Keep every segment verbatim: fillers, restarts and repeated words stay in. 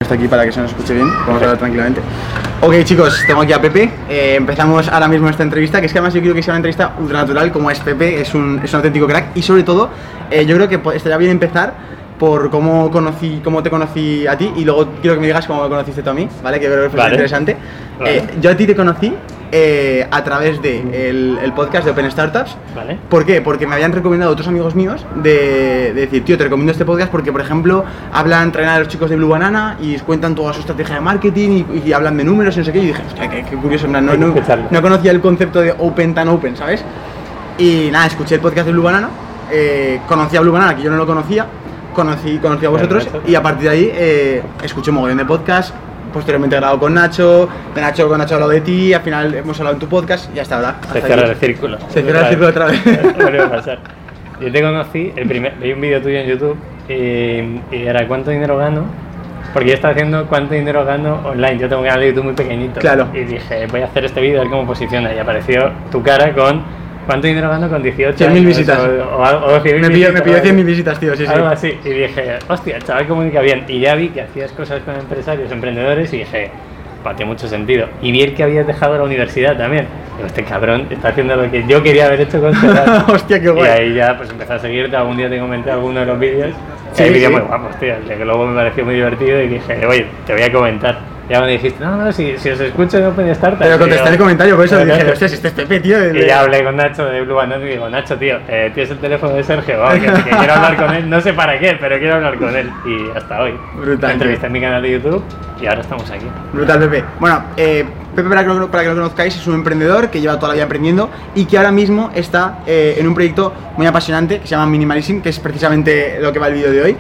esto aquí para que se nos escuche bien, vamos a hablar tranquilamente. Ok chicos, tengo aquí a Pepe, eh, empezamos ahora mismo esta entrevista, que es que además yo creo que sea una entrevista ultra natural, como es Pepe, es un, es un auténtico crack y sobre todo eh, yo creo que estaría bien empezar por cómo conocí, cómo te conocí a ti y luego quiero que me digas cómo me conociste tú a mí, ¿vale? Que creo que fue vale. interesante. Vale. Eh, yo a ti te conocí eh, a través del de el podcast de Open Startups. Vale. ¿Por qué? Porque me habían recomendado otros amigos míos de, de decir, tío, te recomiendo este podcast porque, por ejemplo, hablan, traen a los chicos de Blue Banana y cuentan toda su estrategia de marketing y, y hablan de números y no sé qué. Y dije, hostia, qué, qué curioso, no, no, no, no conocía el concepto de Open tan Open, ¿sabes? Y nada, escuché el podcast de Blue Banana, eh, conocí a Blue Banana, que yo no lo conocía. Conocí, conocí a vosotros y a partir de ahí eh, escuché un mogollón de podcast, posteriormente he grabado con Nacho, de Nacho con Nacho he hablado de ti, al final hemos hablado en tu podcast y ya está, ¿verdad? Se cierra el círculo. Se cierra el círculo otra vez. Yo te conocí, el primer, vi un vídeo tuyo en YouTube y, y era ¿cuánto dinero gano? Porque yo estaba haciendo cuánto dinero gano online, yo tengo un canal de YouTube muy pequeñito. Claro. Y dije, voy a hacer este vídeo a ver cómo posiciona y apareció tu cara con ¿cuánto dinero gano con dieciocho? cien mil visitas. O, o, o, o cien mil me pidió, me pidió cien mil visitas, tío, sí, sí. Algo así. Y dije, hostia, el chaval comunica bien. Y ya vi que hacías cosas con empresarios, emprendedores y dije, pues tiene mucho sentido. Y vi el que habías dejado la universidad también. Digo, este cabrón está haciendo lo que yo quería haber hecho con este edad. Hostia, qué guay. Y ahí ya pues empecé a seguirte. Algún día te comenté alguno de los vídeos. Sí, hay vídeos sí. muy guapos, tío. El de Globo me pareció muy divertido y dije, oye, te voy a comentar. Ya me dijiste, no, no, si, si os escucho en Open Startups. Pero contesté el comentario, por eso no, dije, no, hostia, si este es Pepe, tío. Y ya hablé con Nacho de Blue Banana y digo, Nacho, tío, eh, tienes el teléfono de Sergio, vamos, que, que quiero hablar con él, no sé para qué, pero quiero hablar con él. Y hasta hoy. Brutal. Me entrevisté en mi canal de YouTube y ahora estamos aquí. Brutal, Pepe. Bueno, eh, Pepe, para que, lo, para que lo conozcáis, es un emprendedor que lleva toda la vida emprendiendo y que ahora mismo está eh, en un proyecto muy apasionante que se llama Minimalism, que es precisamente lo que va el vídeo de hoy.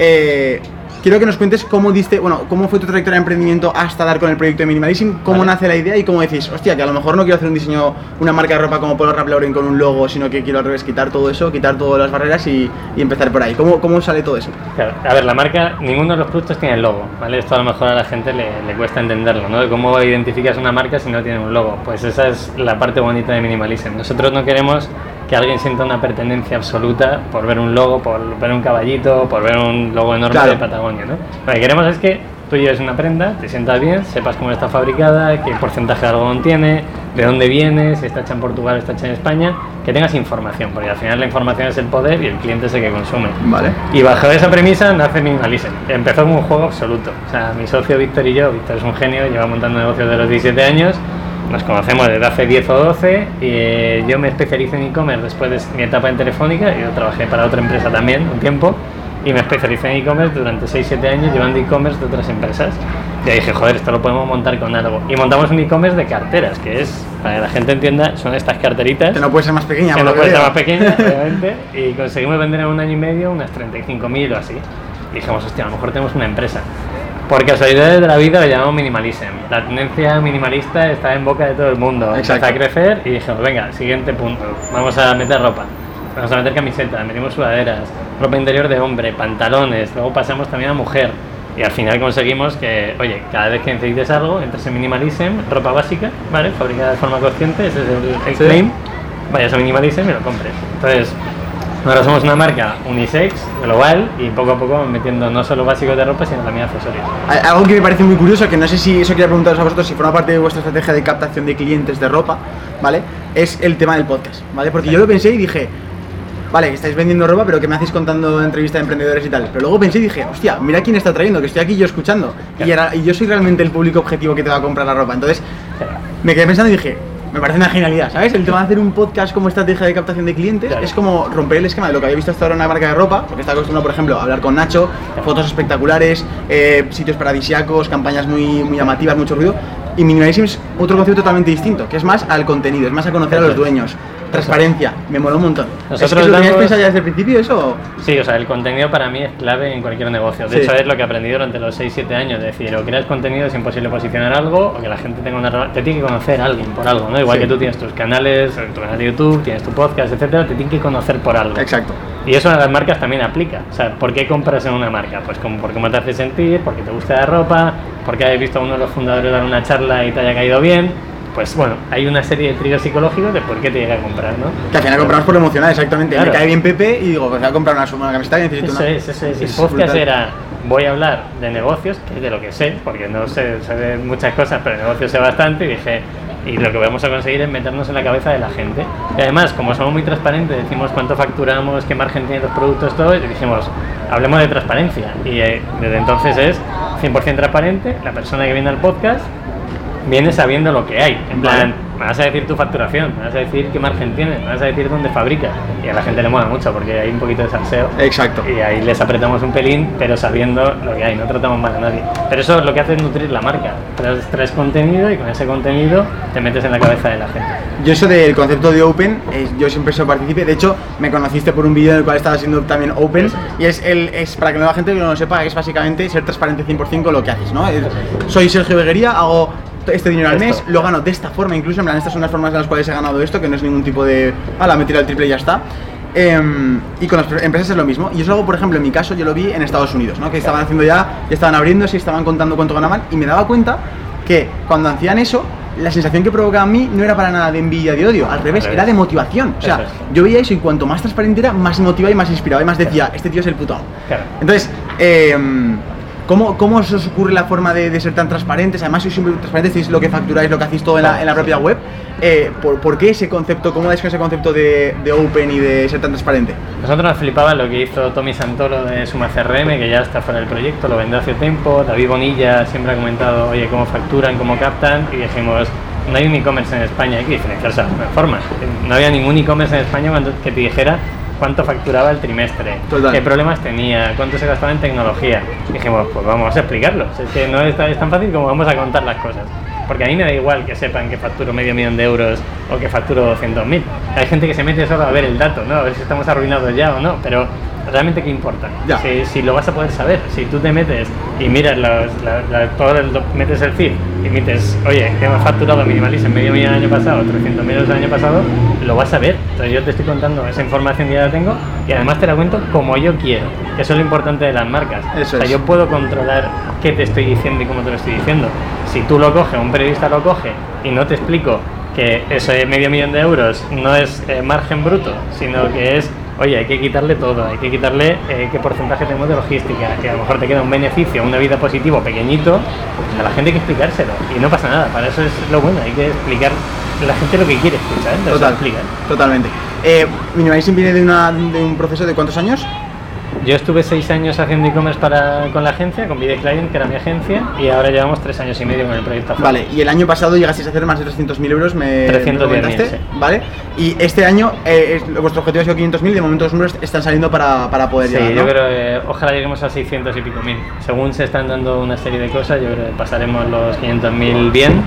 Eh, Quiero que nos cuentes cómo diste, bueno, cómo fue tu trayectoria de emprendimiento hasta dar con el proyecto de Minimalism, cómo vale. nace la idea y cómo decís, hostia, que a lo mejor no quiero hacer un diseño, una marca de ropa como Polo Ralph Lauren con un logo, sino que quiero al revés quitar todo eso, quitar todas las barreras y, y empezar por ahí. ¿Cómo, ¿Cómo sale todo eso? Claro, a ver, la marca, ninguno de los productos tiene el logo, ¿vale? Esto a lo mejor a la gente le, le cuesta entenderlo, ¿no? De cómo identificas una marca si no tiene un logo. Pues esa es la parte bonita de Minimalism. Nosotros no queremos que alguien sienta una pertenencia absoluta por ver un logo, por ver un caballito, por ver un logo enorme claro. de Patagonia, ¿no? Lo que queremos es que tú lleves una prenda, te sientas bien, sepas cómo está fabricada, qué porcentaje de algodón tiene, de dónde viene, si está hecha en Portugal o está hecha en España, que tengas información, porque al final la información es el poder y el cliente es el que consume. Vale. Y bajo esa premisa nace Minimalism. Empezó como un juego absoluto. O sea, mi socio Víctor y yo, Víctor es un genio, lleva montando negocios de los diecisiete años, nos conocemos desde hace diez o doce y eh, yo me especialicé en e-commerce después de mi etapa en Telefónica. Yo trabajé para otra empresa también un tiempo y me especialicé en e-commerce durante seis siete años llevando e-commerce de otras empresas. Y ahí dije, joder, esto lo podemos montar con algo. Y montamos un e-commerce de carteras, que es, para que la gente entienda, son estas carteritas. Que no puede ser más pequeña. Que no puede ser más pequeña, obviamente. Y conseguimos vender en un año y medio unas treinta y cinco mil o así. Y dijimos, hostia, a lo mejor tenemos una empresa. Por casualidades de la vida lo llamamos Minimalism. La tendencia minimalista está en boca de todo el mundo. Empezó a crecer y dijimos, venga, siguiente punto. Vamos a meter ropa. Vamos a meter camisetas, metimos sudaderas, ropa interior de hombre, pantalones. Luego pasamos también a mujer. Y al final conseguimos que, oye, cada vez que necesites algo, entres en Minimalism, ropa básica, ¿vale? Fabricada de forma consciente, ese es el, el claim. Vayas a Minimalism y lo compres. Entonces, ahora somos una marca unisex, global, y poco a poco vamos metiendo no solo básicos de ropa, sino también accesorios. Algo que me parece muy curioso, que no sé si eso quería preguntaros a vosotros, si forma parte de vuestra estrategia de captación de clientes de ropa, ¿vale? Es el tema del podcast, ¿vale? Porque yo lo pensé y dije, vale, que estáis vendiendo ropa, pero que me hacéis contando entrevistas de emprendedores y tal. Pero luego pensé y dije, hostia, mira quién está trayendo, que estoy aquí yo escuchando. Y, era, y yo soy realmente el público objetivo que te va a comprar la ropa. Entonces, me quedé pensando y dije, me parece una genialidad, ¿sabes? El tema de hacer un podcast como estrategia de captación de clientes claro. es como romper el esquema de lo que había visto hasta ahora en una marca de ropa, porque está acostumbrado, por ejemplo, a hablar con Nacho, fotos espectaculares, eh, sitios paradisíacos, campañas muy, muy llamativas, mucho ruido. Y Minimalism es otro concepto totalmente distinto, que es más al contenido, es más a conocer a los dueños. Transparencia, me mola un montón. Nosotros ¿Es que lo tenías damos... pensado ya desde el principio eso? Sí, o sea, el contenido para mí es clave en cualquier negocio. De sí. hecho, es lo que he aprendido durante los seis siete años. Es decir, o creas contenido, es imposible posicionar algo, o que la gente tenga una... Te tiene que conocer a alguien por algo, ¿no? Igual sí. que tú tienes tus canales, tu canal de YouTube, tienes tu podcast, etcétera, te tienen que conocer por algo. Exacto. Y eso a las marcas también aplica. O sea, ¿por qué compras en una marca? Pues como por cómo te hace sentir, porque te gusta la ropa, porque hayas visto a uno de los fundadores dar una charla y te haya caído bien. Pues bueno, hay una serie de triggers psicológicos de por qué te llega a comprar, ¿no? Que al final compramos por lo emocional, exactamente. Claro. Me cae bien Pepe y digo, pues voy a comprar una, una camiseta que necesito eso una... Es, eso es, eso es. El podcast era, voy a hablar de negocios, que es de lo que sé, porque no sé, sé de muchas cosas, pero de negocios sé bastante, y dije, y lo que vamos a conseguir es meternos en la cabeza de la gente. Y además, como somos muy transparentes, decimos cuánto facturamos, qué margen tienen los productos, todo, y dijimos, hablemos de transparencia. Y eh, desde entonces es cien por ciento transparente, la persona que viene al podcast viene sabiendo lo que hay. En plan, me vas a decir tu facturación, me vas a decir qué margen tienes, me vas a decir dónde fabricas. Y a la gente le mola mucho porque hay un poquito de salseo. Exacto. Y ahí les apretamos un pelín, pero sabiendo lo que hay, no tratamos mal a nadie. Pero eso lo que hace es nutrir la marca. Traes, traes contenido y con ese contenido te metes en la cabeza de la gente. Yo eso del concepto de Open, eh, yo siempre soy partícipe. De hecho, me conociste por un vídeo en el cual estaba siendo también Open. Eso es. Y es, el, es para que la gente que no lo sepa, es básicamente ser transparente cien por ciento con lo que haces, ¿no? Es, soy Sergio Beguería, hago este dinero al mes, lo gano de esta forma, incluso en plan, estas son las formas en las cuales he ganado esto, que no es ningún tipo de, ala, me tiro el triple y ya está. Eh, y con las empresas es lo mismo. Y eso algo, por ejemplo, en mi caso, yo lo vi en Estados Unidos, ¿no? Que estaban haciendo ya, ya estaban abriéndose y estaban contando cuánto ganaban, y me daba cuenta que cuando hacían eso, la sensación que provocaba a mí no era para nada de envidia, de odio, al revés, era de motivación. O sea, yo veía eso y cuanto más transparente era, más motivaba y más inspiraba y más decía, este tío es el puto amo. Claro. Entonces, eh, ¿Cómo, ¿Cómo os ocurre la forma de, de ser tan transparentes? Además, sois siempre transparentes, decís lo que facturáis, lo que hacéis todo en la, en la propia web. Eh, ¿por, ¿Por qué ese concepto? ¿Cómo dais con ese concepto de, de Open y de ser tan transparente? Nosotros nos flipaba lo que hizo Tommy Santoro de Suma C R M, que ya está fuera del proyecto, lo vendió hace tiempo. David Bonilla siempre ha comentado, oye, cómo facturan, cómo captan, y dijimos, no hay un e-commerce en España, hay que diferenciarse de alguna forma. No había ningún e-commerce en España que te dijera cuánto facturaba el trimestre, Total. qué problemas tenía, cuánto se gastaba en tecnología. Dijimos, pues vamos a explicarlo. Es que no es, es tan fácil como vamos a contar las cosas. Porque a mí me da igual que sepan que facturo medio millón de euros o que facturo doscientos mil. Hay gente que se mete solo a ver el dato, ¿no? A ver si estamos arruinados ya o no, pero realmente qué importa. Si, si lo vas a poder saber, si tú te metes y miras los, la, la, todo el, metes el feed y metes, oye, que hemos facturado Minimalism medio millón el año pasado, trescientos mil euros el año pasado, lo vas a ver. Entonces yo te estoy contando esa información que ya la tengo y además te la cuento como yo quiero. Eso es lo importante de las marcas. Eso o sea, es. yo puedo controlar qué te estoy diciendo y cómo te lo estoy diciendo. Si tú lo coges, un periodista lo coge y no te explico que ese medio millón de euros no es eh, margen bruto, sino que es, oye, hay que quitarle todo, hay que quitarle eh, qué porcentaje tenemos de logística, que a lo mejor te queda un beneficio, una vida positivo pequeñito, pues a la gente hay que explicárselo y no pasa nada, para eso es lo bueno, hay que explicar a la gente lo que quiere escuchar, entonces Total, explica. Totalmente. Eh, Minimalism viene de, una, de un proceso de ¿cuántos años? Yo estuve seis años haciendo e-commerce para, con la agencia, con Video Client, que era mi agencia, y ahora llevamos tres años y medio con el proyecto. Vale, y el año pasado llegasteis a hacer más de trescientos mil euros, me, trescientos diez me mil, comentaste, sí. ¿vale? Y este año, eh, es, vuestro objetivo ha sido quinientos mil, de momento los números están saliendo para, para poder sí, llegar, ¿no? yo creo que ojalá lleguemos a seiscientos y pico mil. Según se están dando una serie de cosas, yo creo que pasaremos los quinientos mil bien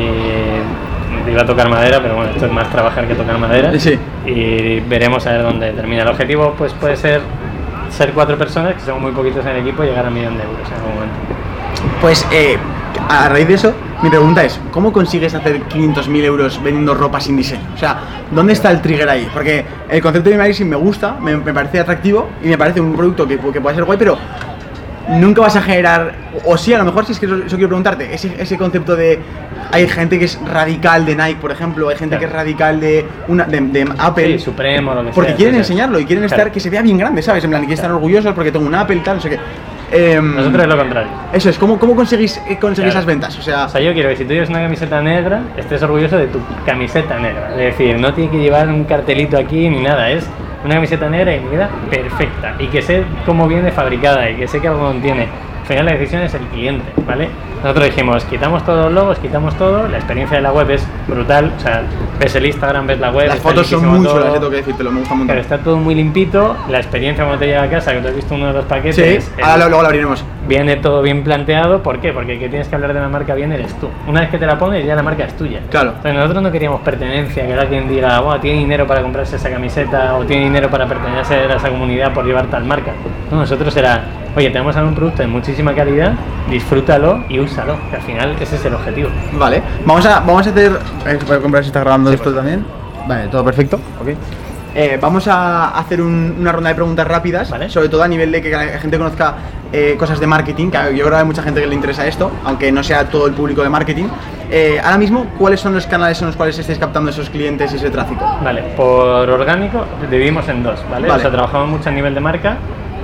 y iba a tocar madera, pero bueno, esto es más trabajar que tocar madera. Sí. Y veremos a ver dónde termina. El objetivo pues puede ser ser cuatro personas, que somos muy poquitos en el equipo, y llegar a un millón de euros en algún momento. Pues eh, a raíz de eso, mi pregunta es, ¿cómo consigues hacer quinientos mil euros vendiendo ropa sin diseño? O sea, ¿dónde está el trigger ahí? Porque el concepto de Minimalism me gusta, me, me parece atractivo y me parece un producto que, que puede ser guay, pero nunca vas a generar, o sí, a lo mejor, si es que eso, eso quiero preguntarte, ese, ese concepto de, hay gente que es radical de Nike, por ejemplo, hay gente claro. que es radical de una de, de Apple, sí, Supremo, lo que porque sea, quieren sea. enseñarlo y quieren claro. estar, que se vea bien grande, ¿sabes? En plan, y quieren estar orgullosos porque tengo un Apple y tal, no sé qué. Eh, Nosotros es lo contrario. Eso es, ¿cómo, cómo conseguís, conseguís claro. esas ventas? O sea, o sea, yo quiero que si tú llevas una camiseta negra, estés orgulloso de tu camiseta negra. Es decir, no tiene que llevar un cartelito aquí ni nada, es una camiseta negra y me queda perfecta. Y que sé cómo viene fabricada y que sé que algo tiene. Al final la decisión es el cliente, ¿vale? Nosotros dijimos, quitamos todos los logos, quitamos todo, la experiencia de la web es brutal, o sea, ves el Instagram, ves la web, las fotos son muy chulas, tengo que decírtelo, me gusta mucho. Pero está todo muy limpito, la experiencia cuando te llega a casa, que tú has visto uno de los paquetes, sí, el, ahora luego lo abriremos. Viene todo bien planteado, ¿por qué? Porque el que tienes que hablar de la marca bien eres tú. Una vez que te la pones, ya la marca es tuya. Claro. Entonces nosotros no queríamos pertenencia, que alguien diga, wow, tiene dinero para comprarse esa camiseta o tiene dinero para pertenecer a esa comunidad por llevar tal marca. No, nosotros era, oye, te vamos a dar un producto de muchísima calidad, disfrútalo y úsalo, que al final ese es el objetivo. Vale, vamos a, vamos a hacer, eh, para comprar si está grabando sí, esto pues. también. Vale, todo perfecto. Okay. Eh, vamos a hacer un, una ronda de preguntas rápidas, ¿vale? Sobre todo a nivel de que la gente conozca eh, cosas de marketing, que yo creo que hay mucha gente que le interesa esto, aunque no sea todo el público de marketing. Eh, ahora mismo, ¿cuáles son los canales en los cuales estáis captando esos clientes y ese tráfico? Vale, por orgánico dividimos en dos, ¿vale? Vale. O sea, trabajamos mucho a nivel de marca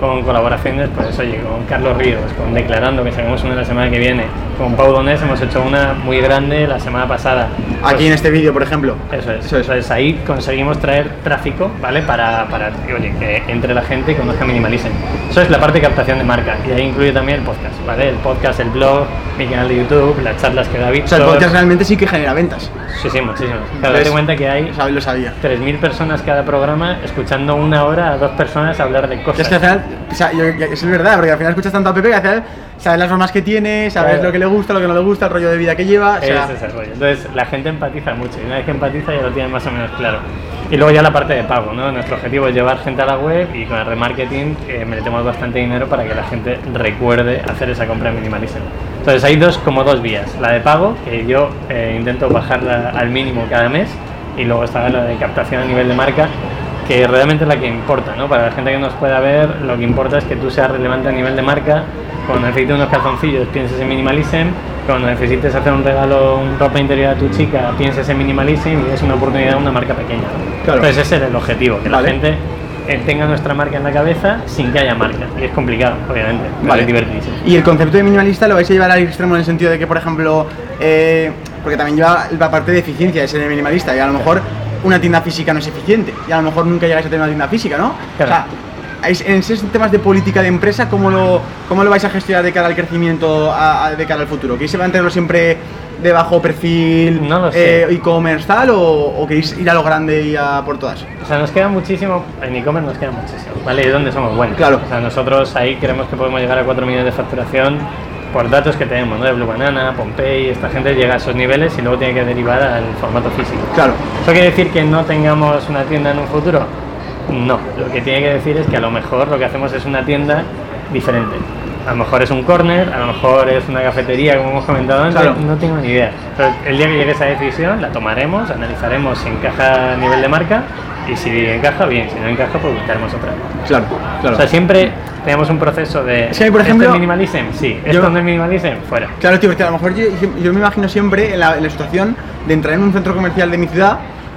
con colaboraciones, pues oye, con Carlos Ríos, con Declarando, que sacamos una la semana que viene, con Pau Donés hemos hecho una muy grande la semana pasada. Pues, aquí en este vídeo, por ejemplo. Eso es, eso es. Entonces ahí conseguimos traer tráfico, ¿vale? Para, para oye, que entre la gente y conozca Minimalism. Eso es la parte de captación de marca, y ahí incluye también el podcast, ¿vale? El podcast, el blog, mi canal de YouTube, las charlas que da Víctor. O sea, el podcast realmente sí que genera ventas. Sí, sí, muchísimas. Claro, date cuenta que hay lo sabía. tres mil personas cada programa escuchando una hora a dos personas hablar de cosas. Es que al final, o sea, yo, es verdad, porque al final escuchas tanto a Pepe que al final sabes las normas que tiene, sabes claro. lo que le gusta, lo que no le gusta, el rollo de vida que lleva. O sea... Ese es el rollo. Entonces la gente empatiza mucho y una vez que empatiza ya lo tiene más o menos claro. Y luego ya la parte de pago, ¿no? Nuestro objetivo es llevar gente a la web y con el remarketing eh, metemos bastante dinero para que la gente recuerde hacer esa compra en Minimalism. Entonces hay dos, como dos vías. La de pago, que yo eh, intento bajarla al mínimo cada mes, y luego está la de captación a nivel de marca, que realmente es la que importa, ¿no? Para la gente que nos pueda ver, lo que importa es que tú seas relevante a nivel de marca. Cuando necesites unos calzoncillos, pienses en Minimalism. Cuando necesites hacer un regalo, un ropa interior a tu chica, pienses en Minimalism, y es una oportunidad, una marca pequeña. Claro. Entonces ese es el objetivo, que vale. la gente tenga nuestra marca en la cabeza sin que haya marca. Y es complicado, obviamente, pero vale. es divertidísimo. Y el concepto de minimalista lo vais a llevar al extremo en el sentido de que, por ejemplo, eh, porque también lleva la parte de eficiencia de ser minimalista, y a lo mejor una tienda física no es eficiente, y a lo mejor nunca llegáis a tener una tienda física, ¿no? Claro. O sea, en esos temas de política de empresa, ¿cómo lo, cómo lo vais a gestionar de cara al crecimiento, a, a, de cara al futuro? ¿Queréis mantenerlo siempre de bajo perfil, no lo sé. eh, e-commerce tal, o, o queréis ir a lo grande y a por todas? O sea, nos queda muchísimo, en e-commerce nos queda muchísimo, ¿vale? Y es donde somos buenos. Claro. O sea, nosotros ahí creemos que podemos llegar a cuatro millones de facturación por datos que tenemos, ¿no? De Blue Banana, Pompey, esta gente llega a esos niveles y luego tiene que derivar al formato físico. Claro. ¿Eso quiere decir que no tengamos una tienda en un futuro? No, lo que tiene que decir es que a lo mejor lo que hacemos es una tienda diferente. A lo mejor es un corner, a lo mejor es una cafetería, como hemos comentado antes, claro. no tengo ni idea. Pero el día que llegue esa decisión la tomaremos, analizaremos si encaja a nivel de marca, y si encaja, bien, si no encaja, pues buscaremos otra. Claro, claro. O sea, siempre tenemos un proceso de... Sí, por ejemplo, ¿esto es minimalism? Sí. ¿Esto yo, no es minimalism? Fuera. Claro, tío, porque a lo mejor yo, yo me imagino siempre en la, en la situación de entrar en un centro comercial de mi ciudad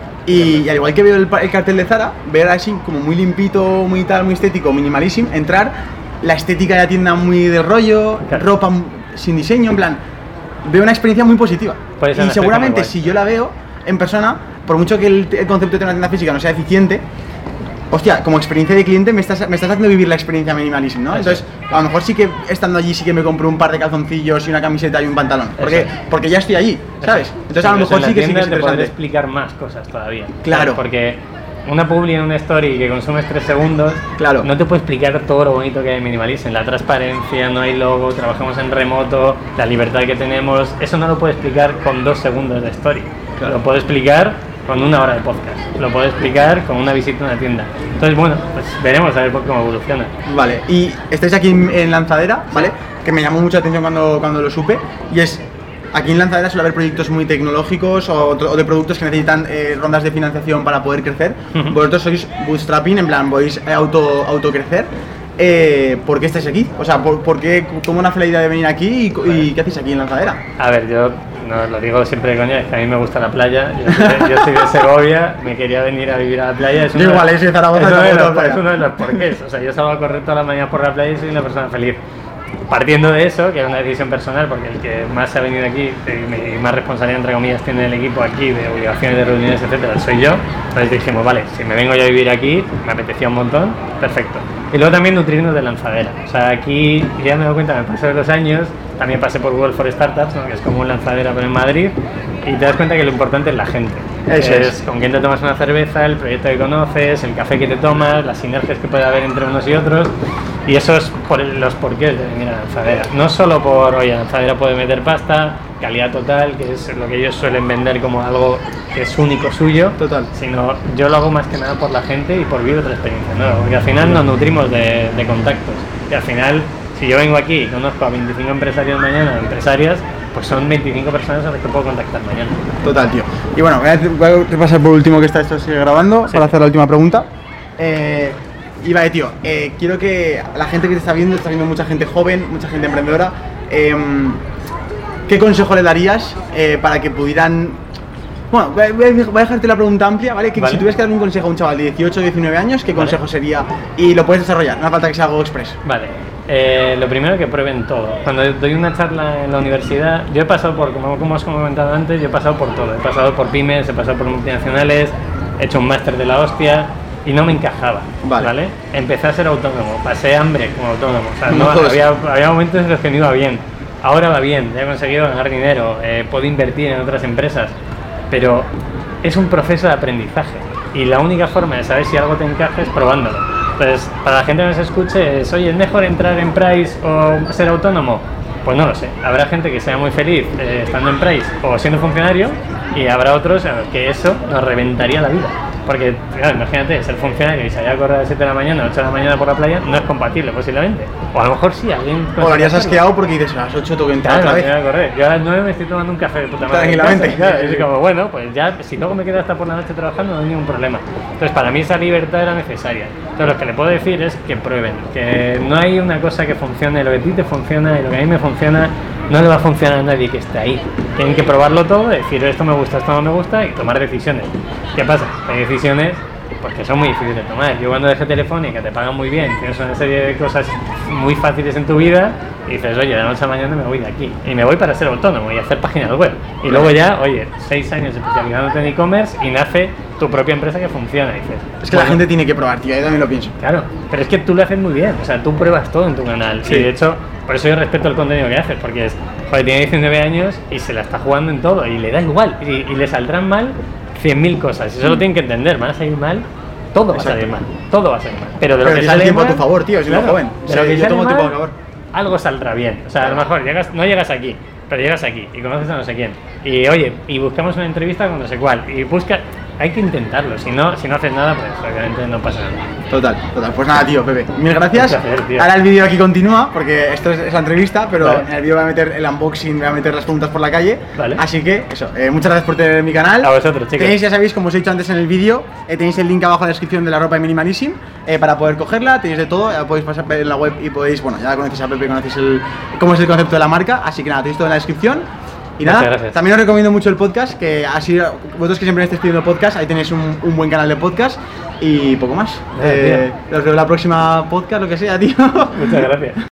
y, y al igual que veo el, el cartel de Zara, ver así como muy limpito, muy tal, muy estético, minimalism, entrar, la estética de la tienda muy de rollo, claro. ropa sin diseño, en plan, veo una experiencia muy positiva. Y seguramente si yo la veo en persona, por mucho que el, el concepto de una tienda física no sea eficiente, hostia, como experiencia de cliente me estás, me estás haciendo vivir la experiencia minimalism, ¿no? Entonces, a lo mejor sí que estando allí sí que me compro un par de calzoncillos y una camiseta y un pantalón, porque, porque ya estoy allí, ¿sabes? Entonces sí, a lo mejor sí que sí que es interesante. Te explicar más cosas todavía. Claro. Porque una publi en una story que consumes tres segundos, claro. no te puede explicar todo lo bonito que hay en Minimalism, la transparencia, no hay logo, trabajamos en remoto, la libertad que tenemos, eso no lo puede explicar con dos segundos de story. Claro. Lo puedo explicar con una hora de podcast, lo puedo explicar con una visita a una tienda. Entonces, bueno, pues veremos a ver cómo evoluciona. Vale, y estáis aquí en, en Lanzadera, ¿vale? Que me llamó mucha atención cuando, cuando lo supe, y es, aquí en Lanzadera suele haber proyectos muy tecnológicos o, o de productos que necesitan eh, rondas de financiación para poder crecer. Uh-huh. Vosotros sois bootstrapping, en plan, podéis auto, auto crecer. Eh, ¿Por qué estáis aquí? O sea, ¿por, por qué, ¿cómo nace la idea de venir aquí y, vale. y qué hacéis aquí en Lanzadera? A ver, yo no lo digo siempre de coña, es que a mí me gusta la playa, yo soy, yo soy de Segovia, me quería venir a vivir a la playa. Es yo igual, es de Zaragoza. Es uno de los, es uno de los porqués, o sea, yo salgo a correr todas las mañanas por la playa y soy una persona feliz. Partiendo de eso, que es una decisión personal, porque el que más se ha venido aquí y más responsabilidad, entre comillas, tiene el equipo aquí, de obligaciones, de reuniones, etcétera, soy yo. Entonces dijimos, vale, si me vengo yo a vivir aquí, me apetecía un montón, perfecto. Y luego también nutrirnos de Lanzadera. O sea, aquí ya me he dado cuenta, me pasé de los años, también pasé por Google for Startups, ¿no? Que es como un Lanzadera pero en Madrid, y te das cuenta que lo importante es la gente. Eso es, es con quién te tomas una cerveza, el proyecto que conoces, el café que te tomas, las sinergias que puede haber entre unos y otros. Y eso es por los porqués de venir a Lanzadera. No solo por, oye, Lanzadera puede meter pasta, calidad total, que es lo que ellos suelen vender como algo que es único suyo, total, sino yo lo hago más que nada por la gente y por vivir otra experiencia, ¿no? Porque al final nos nutrimos de, de contactos. Y al final, si yo vengo aquí y conozco a veinticinco empresarios mañana, empresarias, pues son veinticinco personas a las que puedo contactar mañana. Total, tío. Y bueno, voy a, voy a repasar por último que está esto sigue grabando, sí, para hacer la última pregunta. Eh, y vale, tío, eh, quiero que la gente que te está viendo, está viendo mucha gente joven, mucha gente emprendedora, eh, ¿qué consejo le darías eh, para que pudieran Bueno, voy a, voy a dejarte la pregunta amplia, ¿vale? Que Vale. si tuvieras que dar un consejo a un chaval de dieciocho o diecinueve años, ¿qué Vale. consejo sería? Y lo puedes desarrollar, no hace falta que sea algo express. Vale, eh, lo primero que prueben todo. Cuando doy una charla en la universidad, yo he pasado por, como, como os he comentado antes, yo he pasado por todo. He pasado por pymes, he pasado por multinacionales, he hecho un máster de la hostia y no me encajaba, Vale. ¿vale? Empecé a ser autónomo, pasé hambre como autónomo, o sea, Como no, todos. había, había momentos en los que no iba bien. Ahora va bien, ya he conseguido ganar dinero, eh, puedo invertir en otras empresas, pero es un proceso de aprendizaje y la única forma de saber si algo te encaja es probándolo. Entonces, para la gente que nos escuche, es, oye, ¿es mejor entrar en Price o ser autónomo? Pues no lo sé. Habrá gente que sea muy feliz eh, estando en Price o siendo funcionario y habrá otros a los que eso nos reventaría la vida. Porque, claro, imagínate, ser funcionario y salir a correr a las siete de la mañana, ocho de la mañana por la playa, no es compatible posiblemente. O a lo mejor sí, alguien... O lo harías consigue hacerlo. asqueado porque dices, a las ocho tengo que entrar Claro, otra me voy vez. a correr. Yo a las nueve me estoy tomando un café de puta madre. en Tranquilamente. casa, Claro, es como, bueno, pues ya, si luego me quedo hasta por la noche trabajando, no hay ningún problema. Entonces, para mí esa libertad era necesaria. Entonces, lo que le puedo decir es que prueben, que no hay una cosa que funcione, lo que a ti te funciona y lo que a mí me funciona, no le va a funcionar a nadie que esté ahí. Tienen que probarlo todo, decir esto me gusta, esto no me gusta y tomar decisiones. ¿Qué pasa? Hay decisiones pues que son muy difíciles de tomar. Yo cuando dejé Telefónica te pagan muy bien, tienes una serie de cosas muy fáciles en tu vida y dices, oye, de la noche a la mañana me voy de aquí y me voy para ser autónomo y hacer páginas web y luego ya, oye, seis años especializándote en e-commerce y nace tu propia empresa que funciona y dices, Es que la gente tiene que probar, tío, yo también lo pienso. claro, pero es que tú lo haces muy bien, o sea, tú pruebas todo en tu canal Sí. y de hecho, por eso yo respeto el contenido que haces, porque es, joder, tiene diecinueve años y se la está jugando en todo y le da igual y, y le saldrán mal cien mil cosas y eso lo tienen que entender, van a salir mal. Todo va a Exacto. salir mal, todo va a salir mal. Pero de lo Pero que tienes sale el tiempo mal, a tu favor, tío, si eres joven. de Sí, lo que yo sale tengo mal, tiempo a favor. algo saldrá bien. O sea, a lo mejor llegas, no llegas aquí, pero llegas aquí y conoces a no sé quién. Y oye, y buscamos una entrevista con no sé cuál. Y busca, hay que intentarlo. Si no, si no haces nada, pues obviamente no pasa nada. Total, total. Pues nada, tío, Pepe. Mil gracias. Un placer, tío. Ahora el vídeo aquí continúa, porque esto es, es la entrevista, pero Vale. en el vídeo voy a meter el unboxing, voy a meter las preguntas por la calle. Vale. Así que, eso, eh, muchas gracias por tener mi canal. A vosotros, chicos. Tenéis, ya sabéis, como os he dicho antes en el vídeo, eh, tenéis el link abajo en la descripción de la ropa de Minimalism eh, para poder cogerla. Tenéis de todo, ya podéis pasar en la web y podéis, bueno, ya conocéis a Pepe, conocéis el, cómo es el concepto de la marca. Así que nada, tenéis todo en la descripción. Y Muchas nada, gracias. también os recomiendo mucho el podcast, que así, vosotros que siempre estáis pidiendo podcast, ahí tenéis un, un buen canal de podcast y poco más. Gracias, Eh, os veo en la próxima podcast, lo que sea, tío. Muchas gracias.